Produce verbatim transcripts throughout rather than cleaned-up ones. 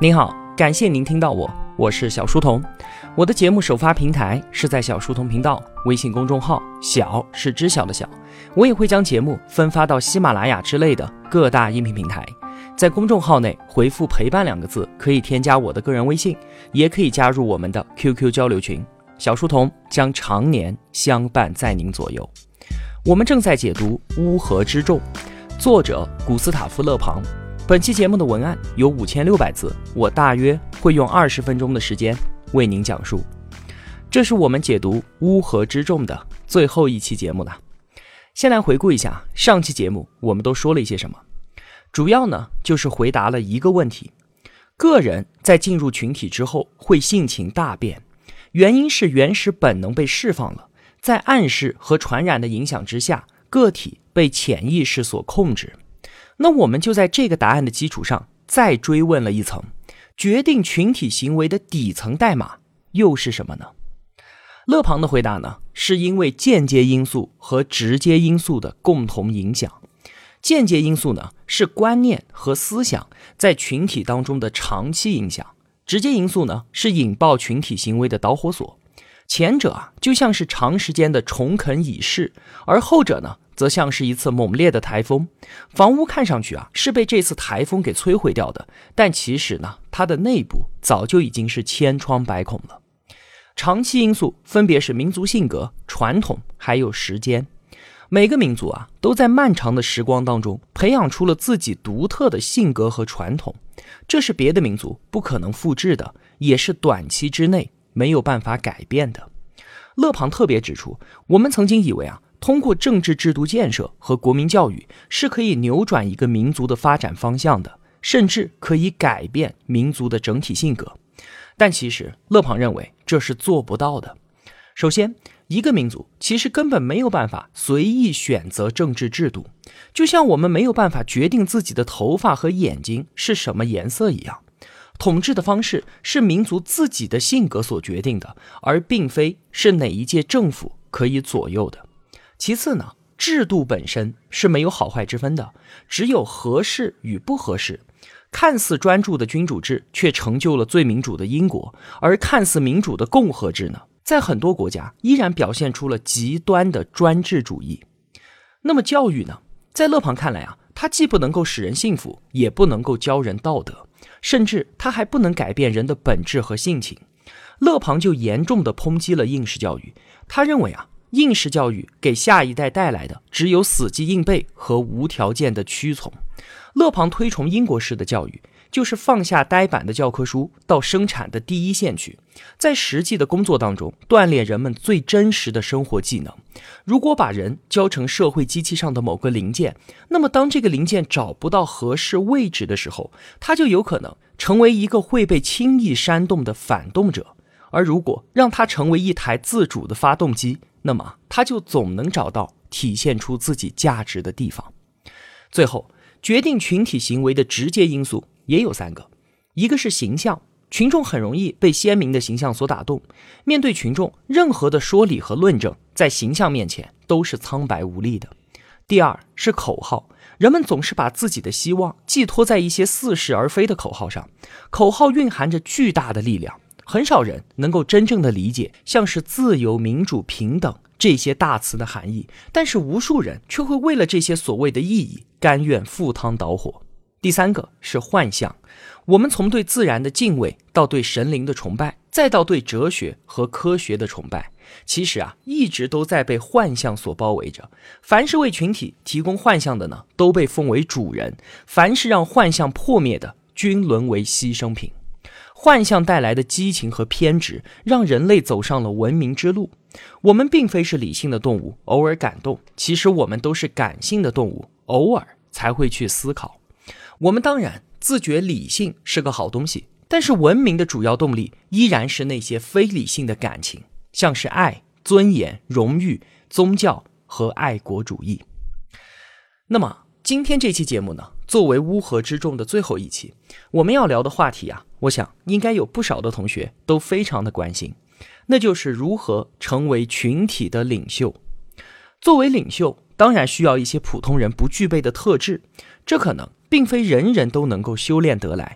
您好，感谢您听到我，我是小书童。我的节目首发平台是在小书童频道微信公众号，小是知晓的小。我也会将节目分发到喜马拉雅之类的各大音频平台。在公众号内回复陪伴两个字，可以添加我的个人微信，也可以加入我们的 Q Q 交流群。小书童将常年相伴在您左右。我们正在解读《乌合之众》，作者古斯塔夫·勒庞。本期节目的文案有五千六百字，我大约会用二十分钟的时间为您讲述。这是我们解读《乌合之众》的最后一期节目了。先来回顾一下上期节目我们都说了一些什么，主要呢就是回答了一个问题：个人在进入群体之后会性情大变，原因是原始本能被释放了，在暗示和传染的影响之下，个体被潜意识所控制。那我们就在这个答案的基础上再追问了一层，决定群体行为的底层代码又是什么呢？勒庞的回答呢，是因为间接因素和直接因素的共同影响。间接因素呢，是观念和思想在群体当中的长期影响；直接因素呢，是引爆群体行为的导火索。前者啊，就像是长时间的虫啃蚁噬，而后者呢，则像是一次猛烈的台风。房屋看上去啊，是被这次台风给摧毁掉的，但其实呢，它的内部早就已经是千疮百孔了。长期因素分别是民族性格、传统还有时间。每个民族啊，都在漫长的时光当中培养出了自己独特的性格和传统，这是别的民族不可能复制的，也是短期之内没有办法改变的。勒庞特别指出，我们曾经以为啊，通过政治制度建设和国民教育是可以扭转一个民族的发展方向的，甚至可以改变民族的整体性格。但其实勒庞认为这是做不到的。首先，一个民族其实根本没有办法随意选择政治制度，就像我们没有办法决定自己的头发和眼睛是什么颜色一样。统治的方式是民族自己的性格所决定的，而并非是哪一届政府可以左右的。其次呢，制度本身是没有好坏之分的，只有合适与不合适。看似专注的君主制却成就了最民主的英国，而看似民主的共和制呢，在很多国家依然表现出了极端的专制主义。那么教育呢，在勒庞看来啊，它既不能够使人幸福，也不能够教人道德，甚至它还不能改变人的本质和性情。勒庞就严重地抨击了应试教育，他认为啊，应试教育给下一代带来的只有死记硬背和无条件的屈从。勒庞推崇英国式的教育，就是放下呆板的教科书，到生产的第一线去，在实际的工作当中锻炼人们最真实的生活技能。如果把人教成社会机器上的某个零件，那么当这个零件找不到合适位置的时候，它就有可能成为一个会被轻易煽动的反动者。而如果让它成为一台自主的发动机，那么它就总能找到体现出自己价值的地方。最后，决定群体行为的直接因素也有三个，一个是形象，群众很容易被鲜明的形象所打动，面对群众，任何的说理和论证在形象面前都是苍白无力的。第二是口号，人们总是把自己的希望寄托在一些似是而非的口号上，口号蕴含着巨大的力量，很少人能够真正的理解像是自由、民主、平等这些大词的含义，但是无数人却会为了这些所谓的意义甘愿赴汤蹈火。第三个是幻象，我们从对自然的敬畏到对神灵的崇拜，再到对哲学和科学的崇拜，其实啊，一直都在被幻象所包围着。凡是为群体提供幻象的呢，都被奉为主人；凡是让幻象破灭的，均沦为牺牲品。幻象带来的激情和偏执，让人类走上了文明之路。我们并非是理性的动物，偶尔感动，其实我们都是感性的动物，偶尔才会去思考。我们当然自觉理性是个好东西，但是文明的主要动力依然是那些非理性的感情，像是爱、尊严、荣誉、宗教和爱国主义。那么今天这期节目呢，作为乌合之众的最后一期，我们要聊的话题啊，我想应该有不少的同学都非常的关心，那就是如何成为群体的领袖。作为领袖，当然需要一些普通人不具备的特质，这可能并非人人都能够修炼得来，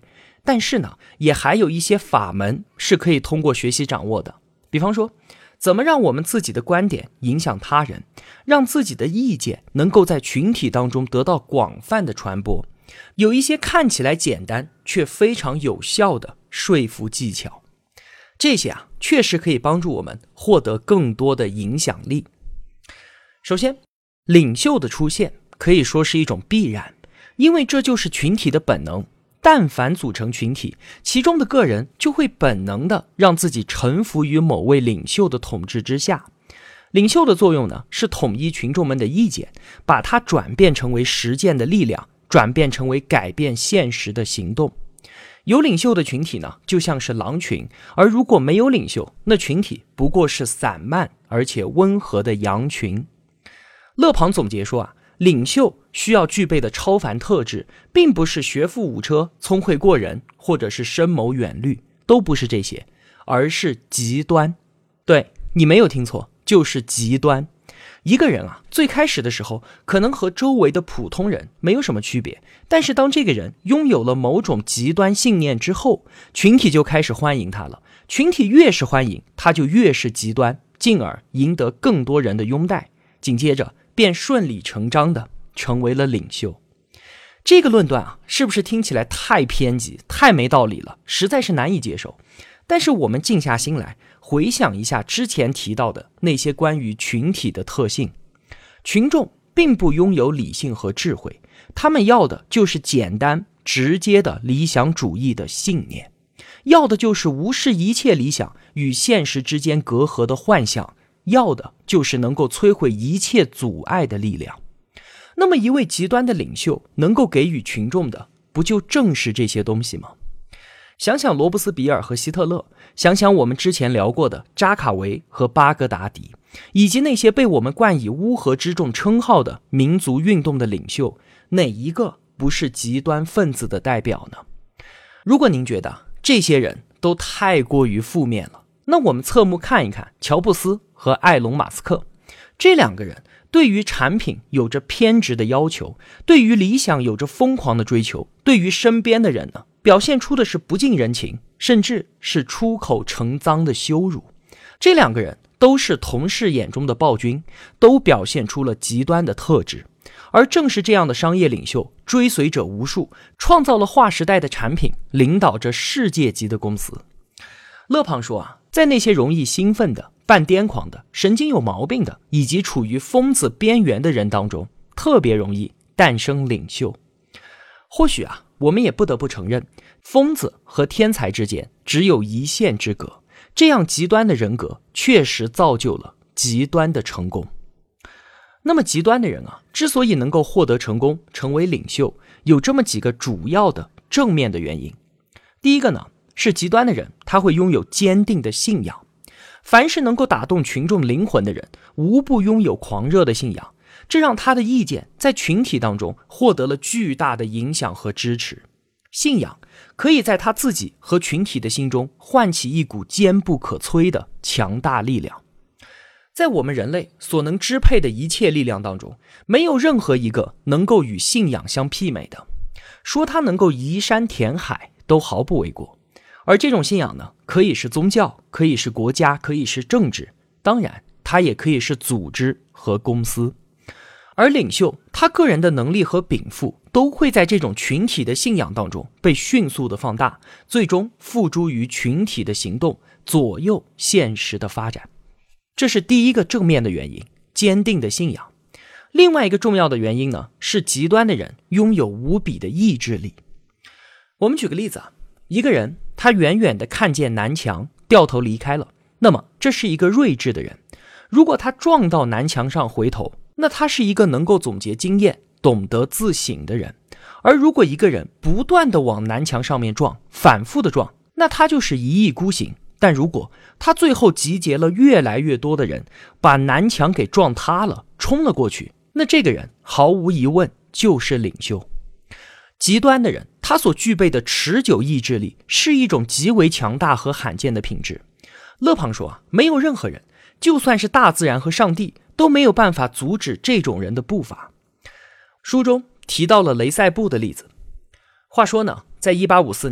但是呢，也还有一些法门是可以通过学习掌握的。比方说，怎么让我们自己的观点影响他人，让自己的意见能够在群体当中得到广泛的传播，有一些看起来简单却非常有效的说服技巧。这些啊，确实可以帮助我们获得更多的影响力。首先，领袖的出现可以说是一种必然，因为这就是群体的本能。但凡组成群体，其中的个人就会本能的让自己臣服于某位领袖的统治之下。领袖的作用呢，是统一群众们的意见，把它转变成为实践的力量，转变成为改变现实的行动。有领袖的群体呢，就像是狼群，而如果没有领袖，那群体不过是散漫而且温和的羊群。勒庞总结说啊，领袖需要具备的超凡特质，并不是学富五车、聪慧过人，或者是深谋远虑，都不是这些，而是极端。对，你没有听错，就是极端。一个人啊，最开始的时候可能和周围的普通人没有什么区别，但是当这个人拥有了某种极端信念之后，群体就开始欢迎他了。群体越是欢迎，他就越是极端，进而赢得更多人的拥戴，紧接着便顺理成章的成为了领袖。这个论断啊，是不是听起来太偏激、太没道理了，实在是难以接受？但是我们静下心来，回想一下之前提到的那些关于群体的特性，群众并不拥有理性和智慧，他们要的就是简单直接的理想主义的信念，要的就是无视一切理想与现实之间隔阂的幻想，要的就是能够摧毁一切阻碍的力量。那么一位极端的领袖能够给予群众的，不就正是这些东西吗？想想罗伯斯比尔和希特勒，想想我们之前聊过的扎卡维和巴格达迪，以及那些被我们冠以乌合之众称号的民族运动的领袖，哪一个不是极端分子的代表呢？如果您觉得这些人都太过于负面了，那我们侧目看一看乔布斯和埃隆·马斯克，这两个人对于产品有着偏执的要求，对于理想有着疯狂的追求，对于身边的人呢，表现出的是不近人情，甚至是出口成脏的羞辱。这两个人都是同事眼中的暴君，都表现出了极端的特质。而正是这样的商业领袖，追随者无数，创造了划时代的产品，领导着世界级的公司。勒庞说啊，在那些容易兴奋的、半癫狂的、神经有毛病的，以及处于疯子边缘的人当中，特别容易诞生领袖。或许啊，我们也不得不承认，疯子和天才之间只有一线之隔，这样极端的人格确实造就了极端的成功。那么极端的人啊，之所以能够获得成功，成为领袖，有这么几个主要的正面的原因。第一个呢，是极端的人他会拥有坚定的信仰。凡是能够打动群众灵魂的人，无不拥有狂热的信仰，这让他的意见在群体当中获得了巨大的影响和支持。信仰可以在他自己和群体的心中唤起一股坚不可摧的强大力量。在我们人类所能支配的一切力量当中，没有任何一个能够与信仰相媲美的，说它能够移山填海都毫不为过。而这种信仰呢，可以是宗教，可以是国家，可以是政治，当然它也可以是组织和公司。而领袖他个人的能力和禀赋都会在这种群体的信仰当中被迅速的放大，最终付诸于群体的行动，左右现实的发展。这是第一个正面的原因，坚定的信仰。另外一个重要的原因呢，是极端的人拥有无比的意志力。我们举个例子啊，一个人他远远的看见南墙，掉头离开了，那么这是一个睿智的人。如果他撞到南墙上回头，那他是一个能够总结经验、懂得自省的人。而如果一个人不断的往南墙上面撞，反复的撞，那他就是一意孤行。但如果他最后集结了越来越多的人，把南墙给撞塌了，冲了过去，那这个人毫无疑问就是领袖。极端的人他所具备的持久意志力是一种极为强大和罕见的品质。勒庞说啊，没有任何人，就算是大自然和上帝，都没有办法阻止这种人的步伐。书中提到了雷塞布的例子。话说呢，在一八五四年，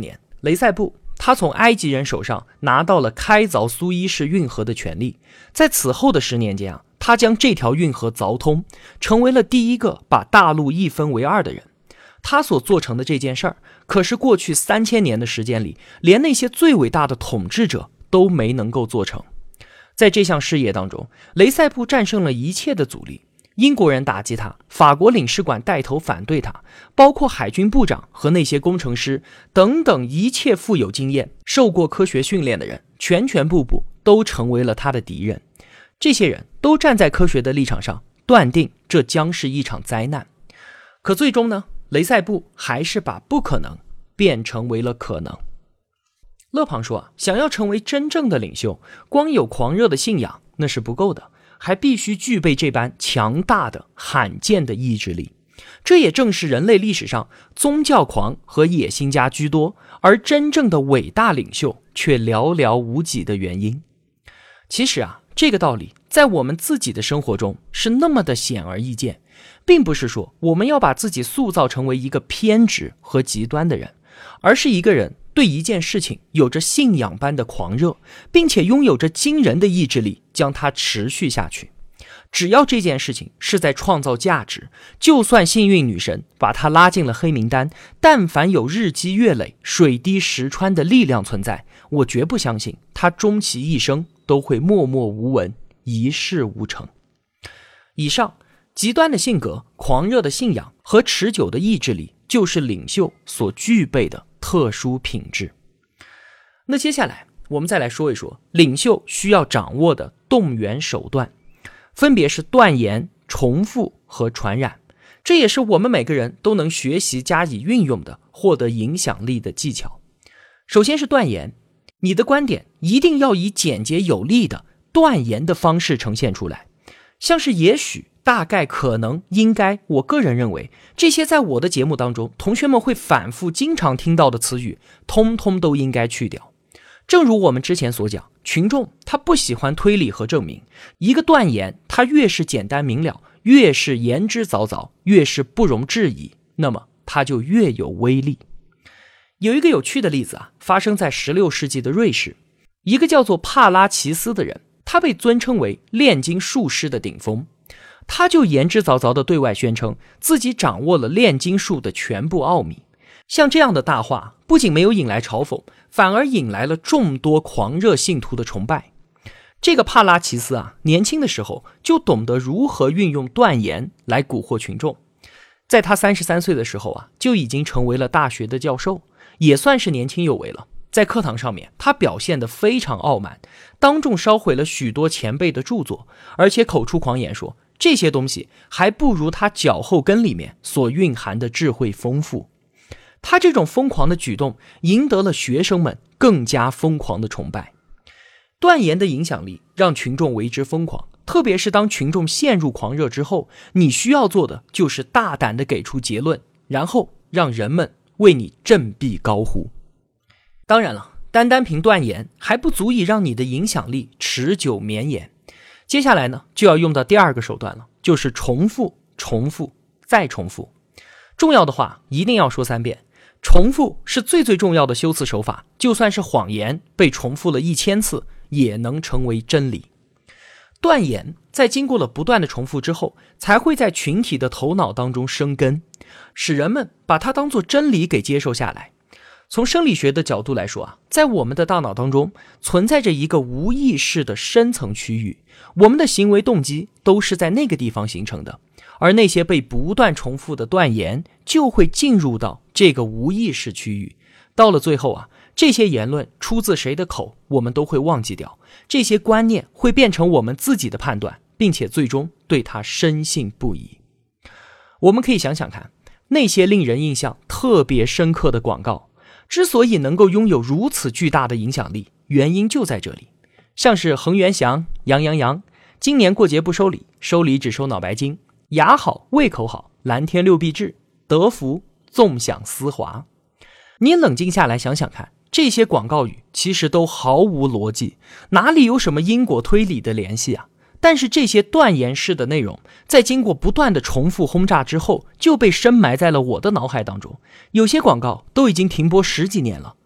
雷塞布他从埃及人手上拿到了开凿苏伊士运河的权利，在此后的十年间啊，他将这条运河凿通，成为了第一个把大陆一分为二的人。他所做成的这件事儿，可是过去三千年的时间里，连那些最伟大的统治者都没能够做成。在这项事业当中，雷塞布战胜了一切的阻力。英国人打击他，法国领事馆带头反对他，包括海军部长和那些工程师等等一切富有经验、受过科学训练的人，全全部部都成为了他的敌人。这些人都站在科学的立场上，断定这将是一场灾难。可最终呢，雷塞布还是把不可能变成为了可能。勒庞说啊，想要成为真正的领袖，光有狂热的信仰那是不够的，还必须具备这般强大的罕见的意志力。这也正是人类历史上宗教狂和野心家居多，而真正的伟大领袖却寥寥无几的原因。其实啊，这个道理在我们自己的生活中是那么的显而易见，并不是说我们要把自己塑造成为一个偏执和极端的人，而是一个人对一件事情有着信仰般的狂热，并且拥有着惊人的意志力，将它持续下去。只要这件事情是在创造价值，就算幸运女神把它拉进了黑名单，但凡有日积月累、水滴石穿的力量存在，我绝不相信他终其一生都会默默无闻，一事无成。以上极端的性格、狂热的信仰和持久的意志力，就是领袖所具备的特殊品质。那接下来我们再来说一说领袖需要掌握的动员手段，分别是断言、重复和传染。这也是我们每个人都能学习加以运用的获得影响力的技巧。首先是断言，你的观点一定要以简洁有力的断言的方式呈现出来，像是也许、大概、可能、应该，我个人认为，这些在我的节目当中同学们会反复经常听到的词语，通通都应该去掉。正如我们之前所讲，群众他不喜欢推理和证明，一个断言它越是简单明了，越是言之凿凿，越是不容置疑，那么它就越有威力。有一个有趣的例子啊，发生在十六世纪的瑞士，一个叫做帕拉奇斯的人，他被尊称为炼金术师的顶峰，他就言之凿凿地对外宣称自己掌握了炼金术的全部奥秘。像这样的大话不仅没有引来嘲讽，反而引来了众多狂热信徒的崇拜。这个帕拉奇斯啊，年轻的时候就懂得如何运用断言来蛊惑群众。在他三十三岁的时候啊，就已经成为了大学的教授，也算是年轻有为了。在课堂上面，他表现得非常傲慢，当众烧毁了许多前辈的著作，而且口出狂言说，这些东西还不如他脚后跟里面所蕴含的智慧丰富。他这种疯狂的举动赢得了学生们更加疯狂的崇拜。断言的影响力让群众为之疯狂，特别是当群众陷入狂热之后，你需要做的就是大胆地给出结论，然后让人们为你振臂高呼。当然了，单单凭断言还不足以让你的影响力持久绵延。接下来呢，就要用到第二个手段了，就是重复、重复、再重复。重要的话一定要说三遍。重复是最最重要的修辞手法，就算是谎言被重复了一千次，也能成为真理。断言在经过了不断的重复之后，才会在群体的头脑当中生根，使人们把它当作真理给接受下来。从生理学的角度来说啊，在我们的大脑当中存在着一个无意识的深层区域，我们的行为动机都是在那个地方形成的，而那些被不断重复的断言就会进入到这个无意识区域。到了最后啊，这些言论出自谁的口，我们都会忘记掉，这些观念会变成我们自己的判断，并且最终对它深信不疑。我们可以想想看，那些令人印象特别深刻的广告之所以能够拥有如此巨大的影响力，原因就在这里。像是恒源祥、羊羊羊，今年过节不收礼，收礼只收脑白金，牙好胃口好，蓝天六必治，德福纵享丝滑。你冷静下来想想看，这些广告语其实都毫无逻辑，哪里有什么因果推理的联系啊？但是这些断言式的内容，在经过不断的重复轰炸之后，就被深埋在了我的脑海当中。有些广告都已经停播十几年了，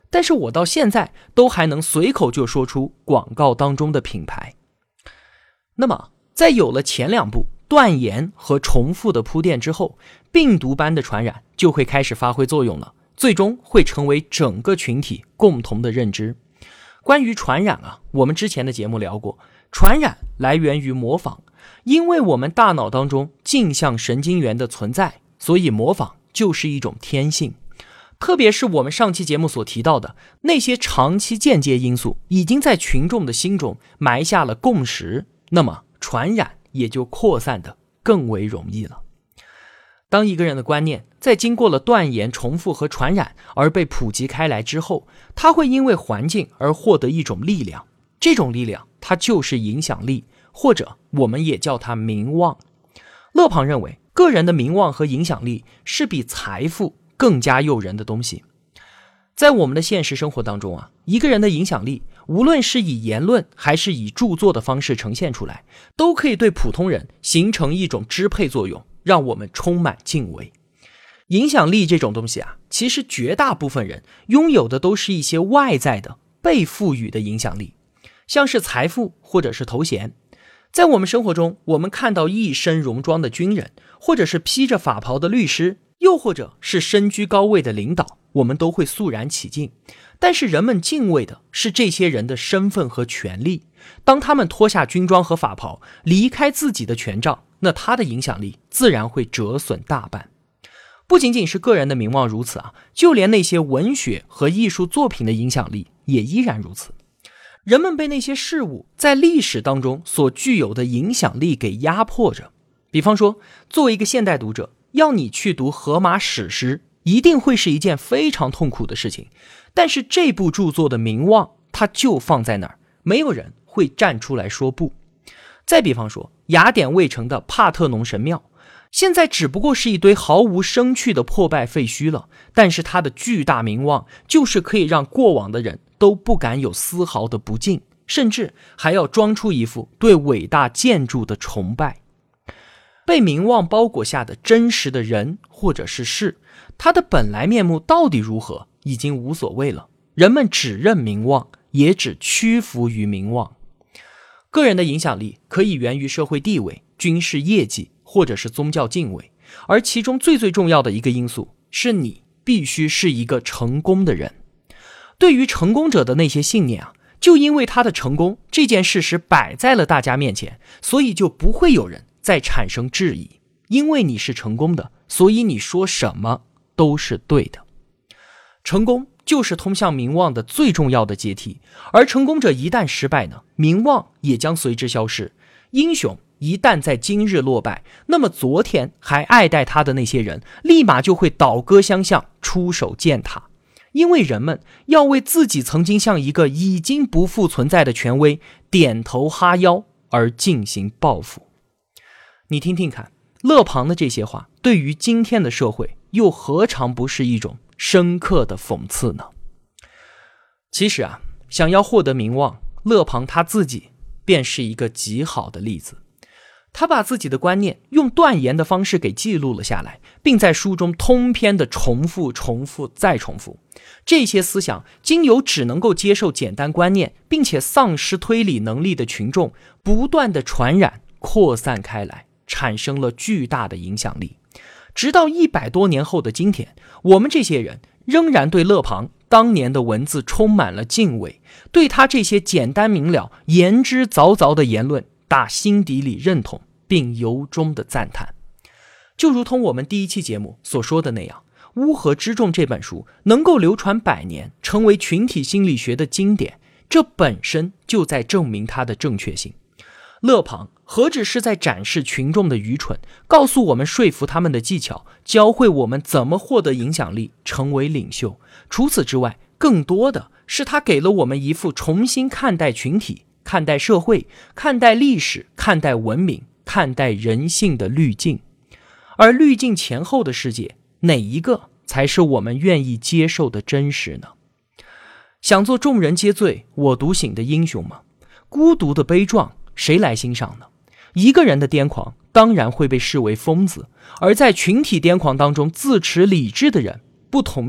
但是我到现在都还能随口就说出广告当中的品牌。那么在有了前两步断言和重复的铺垫之后，病毒般的传染就会开始发挥作用了，最终会成为整个群体共同的认知。关于传染啊，我们之前的节目聊过，传染来源于模仿，因为我们大脑当中镜像神经元的存在，所以模仿就是一种天性。特别是我们上期节目所提到的那些长期间接因素已经在群众的心中埋下了共识，那么传染也就扩散的更为容易了。当一个人的观念在经过了断言、重复和传染而被普及开来之后，他会因为环境而获得一种力量，这种力量它就是影响力，或者我们也叫它名望。勒庞认为，个人的名望和影响力是比财富更加诱人的东西。在我们的现实生活当中啊，一个人的影响力，无论是以言论还是以著作的方式呈现出来，都可以对普通人形成一种支配作用，让我们充满敬畏。影响力这种东西啊，其实绝大部分人拥有的都是一些外在的被赋予的影响力，像是财富或者是头衔。在我们生活中，我们看到一身戎装的军人，或者是披着法袍的律师，又或者是身居高位的领导，我们都会肃然起敬。但是人们敬畏的是这些人的身份和权利，当他们脱下军装和法袍，离开自己的权杖，那他的影响力自然会折损大半。不仅仅是个人的名望如此啊，就连那些文学和艺术作品的影响力也依然如此。人们被那些事物在历史当中所具有的影响力给压迫着。比方说，作为一个现代读者，要你去读荷马史诗，一定会是一件非常痛苦的事情。但是这部著作的名望，它就放在那儿，没有人会站出来说不。再比方说，雅典卫城的帕特农神庙，现在只不过是一堆毫无生趣的破败废墟了，但是它的巨大名望，就是可以让过往的人都不敢有丝毫的不敬，甚至还要装出一副对伟大建筑的崇拜。被名望包裹下的真实的人或者是事，它的本来面目到底如何，已经无所谓了。人们只认名望，也只屈服于名望。个人的影响力可以源于社会地位、军事业绩，或者是宗教敬畏，而其中最最重要的一个因素是你必须是一个成功的人。对于成功者的那些信念啊，就因为他的成功这件事实摆在了大家面前，所以就不会有人再产生质疑。因为你是成功的，所以你说什么都是对的。成功就是通向名望的最重要的阶梯，而成功者一旦失败呢，名望也将随之消失。英雄一旦在今日落败，那么昨天还爱戴他的那些人，立马就会倒戈相向，出手践踏。因为人们要为自己曾经向一个已经不复存在的权威点头哈腰而进行报复。你听听看，勒庞的这些话对于今天的社会又何尝不是一种深刻的讽刺呢？其实啊，想要获得名望，勒庞他自己便是一个极好的例子。他把自己的观念用断言的方式给记录了下来，并在书中通篇的重复重复再重复。这些思想经由只能够接受简单观念并且丧失推理能力的群众不断的传染扩散开来，产生了巨大的影响力。直到一百多年后的今天，我们这些人仍然对勒庞当年的文字充满了敬畏，对他这些简单明了、言之凿凿的言论打心底里认同，并由衷的赞叹。就如同我们第一期节目所说的那样，《乌合之众》这本书能够流传百年，成为群体心理学的经典，这本身就在证明它的正确性。勒庞何止是在展示群众的愚蠢，告诉我们说服他们的技巧，教会我们怎么获得影响力，成为领袖。除此之外，更多的是他给了我们一副重新看待群体、看待社会、看待历史、看待文明、看待人性的滤镜。而滤镜前后的世界，哪一个才是我们愿意接受的真实呢？想做众人皆醉我独醒的英雄吗？孤独的悲壮谁来欣赏呢？一个人的癫狂当然会被视为疯子，而在群体癫狂当中自持理智的人，不同样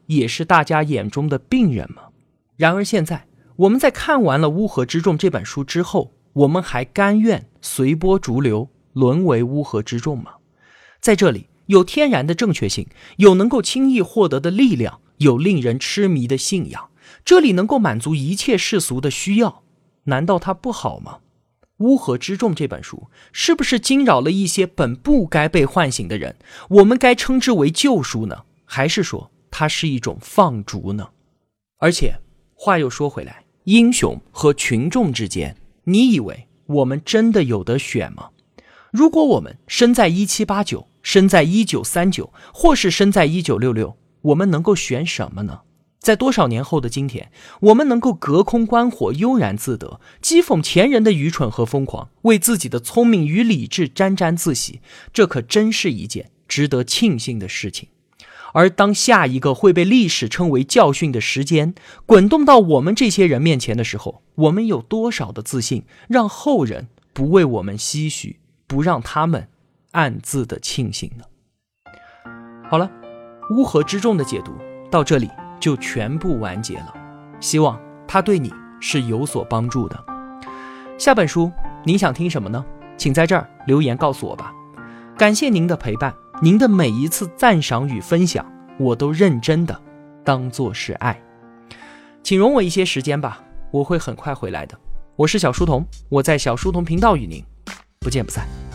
也是大家眼中的病人吗？然而现在我们在看完了《乌合之众》这本书之后，我们还甘愿随波逐流，沦为乌合之众吗？在这里有天然的正确性，有能够轻易获得的力量，有令人痴迷的信仰，这里能够满足一切世俗的需要，难道它不好吗？乌合之众这本书是不是惊扰了一些本不该被唤醒的人？我们该称之为救赎呢，还是说它是一种放逐呢？而且话又说回来，英雄和群众之间，你以为我们真的有得选吗？如果我们生在一七八九，生在一九三九，或是生在一九六六，我们能够选什么呢？在多少年后的今天，我们能够隔空观火，悠然自得，讥讽前人的愚蠢和疯狂，为自己的聪明与理智沾沾自喜，这可真是一件值得庆幸的事情。而当下一个会被历史称为教训的时间滚动到我们这些人面前的时候，我们有多少的自信，让后人不为我们唏嘘，不让他们暗自的庆幸呢？好了，乌合之众的解读到这里就全部完结了，希望它对你是有所帮助的。下本书您想听什么呢？请在这儿留言告诉我吧。感谢您的陪伴，您的每一次赞赏与分享，我都认真的当作是爱。请容我一些时间吧，我会很快回来的。我是小书童，我在小书童频道与您不见不散。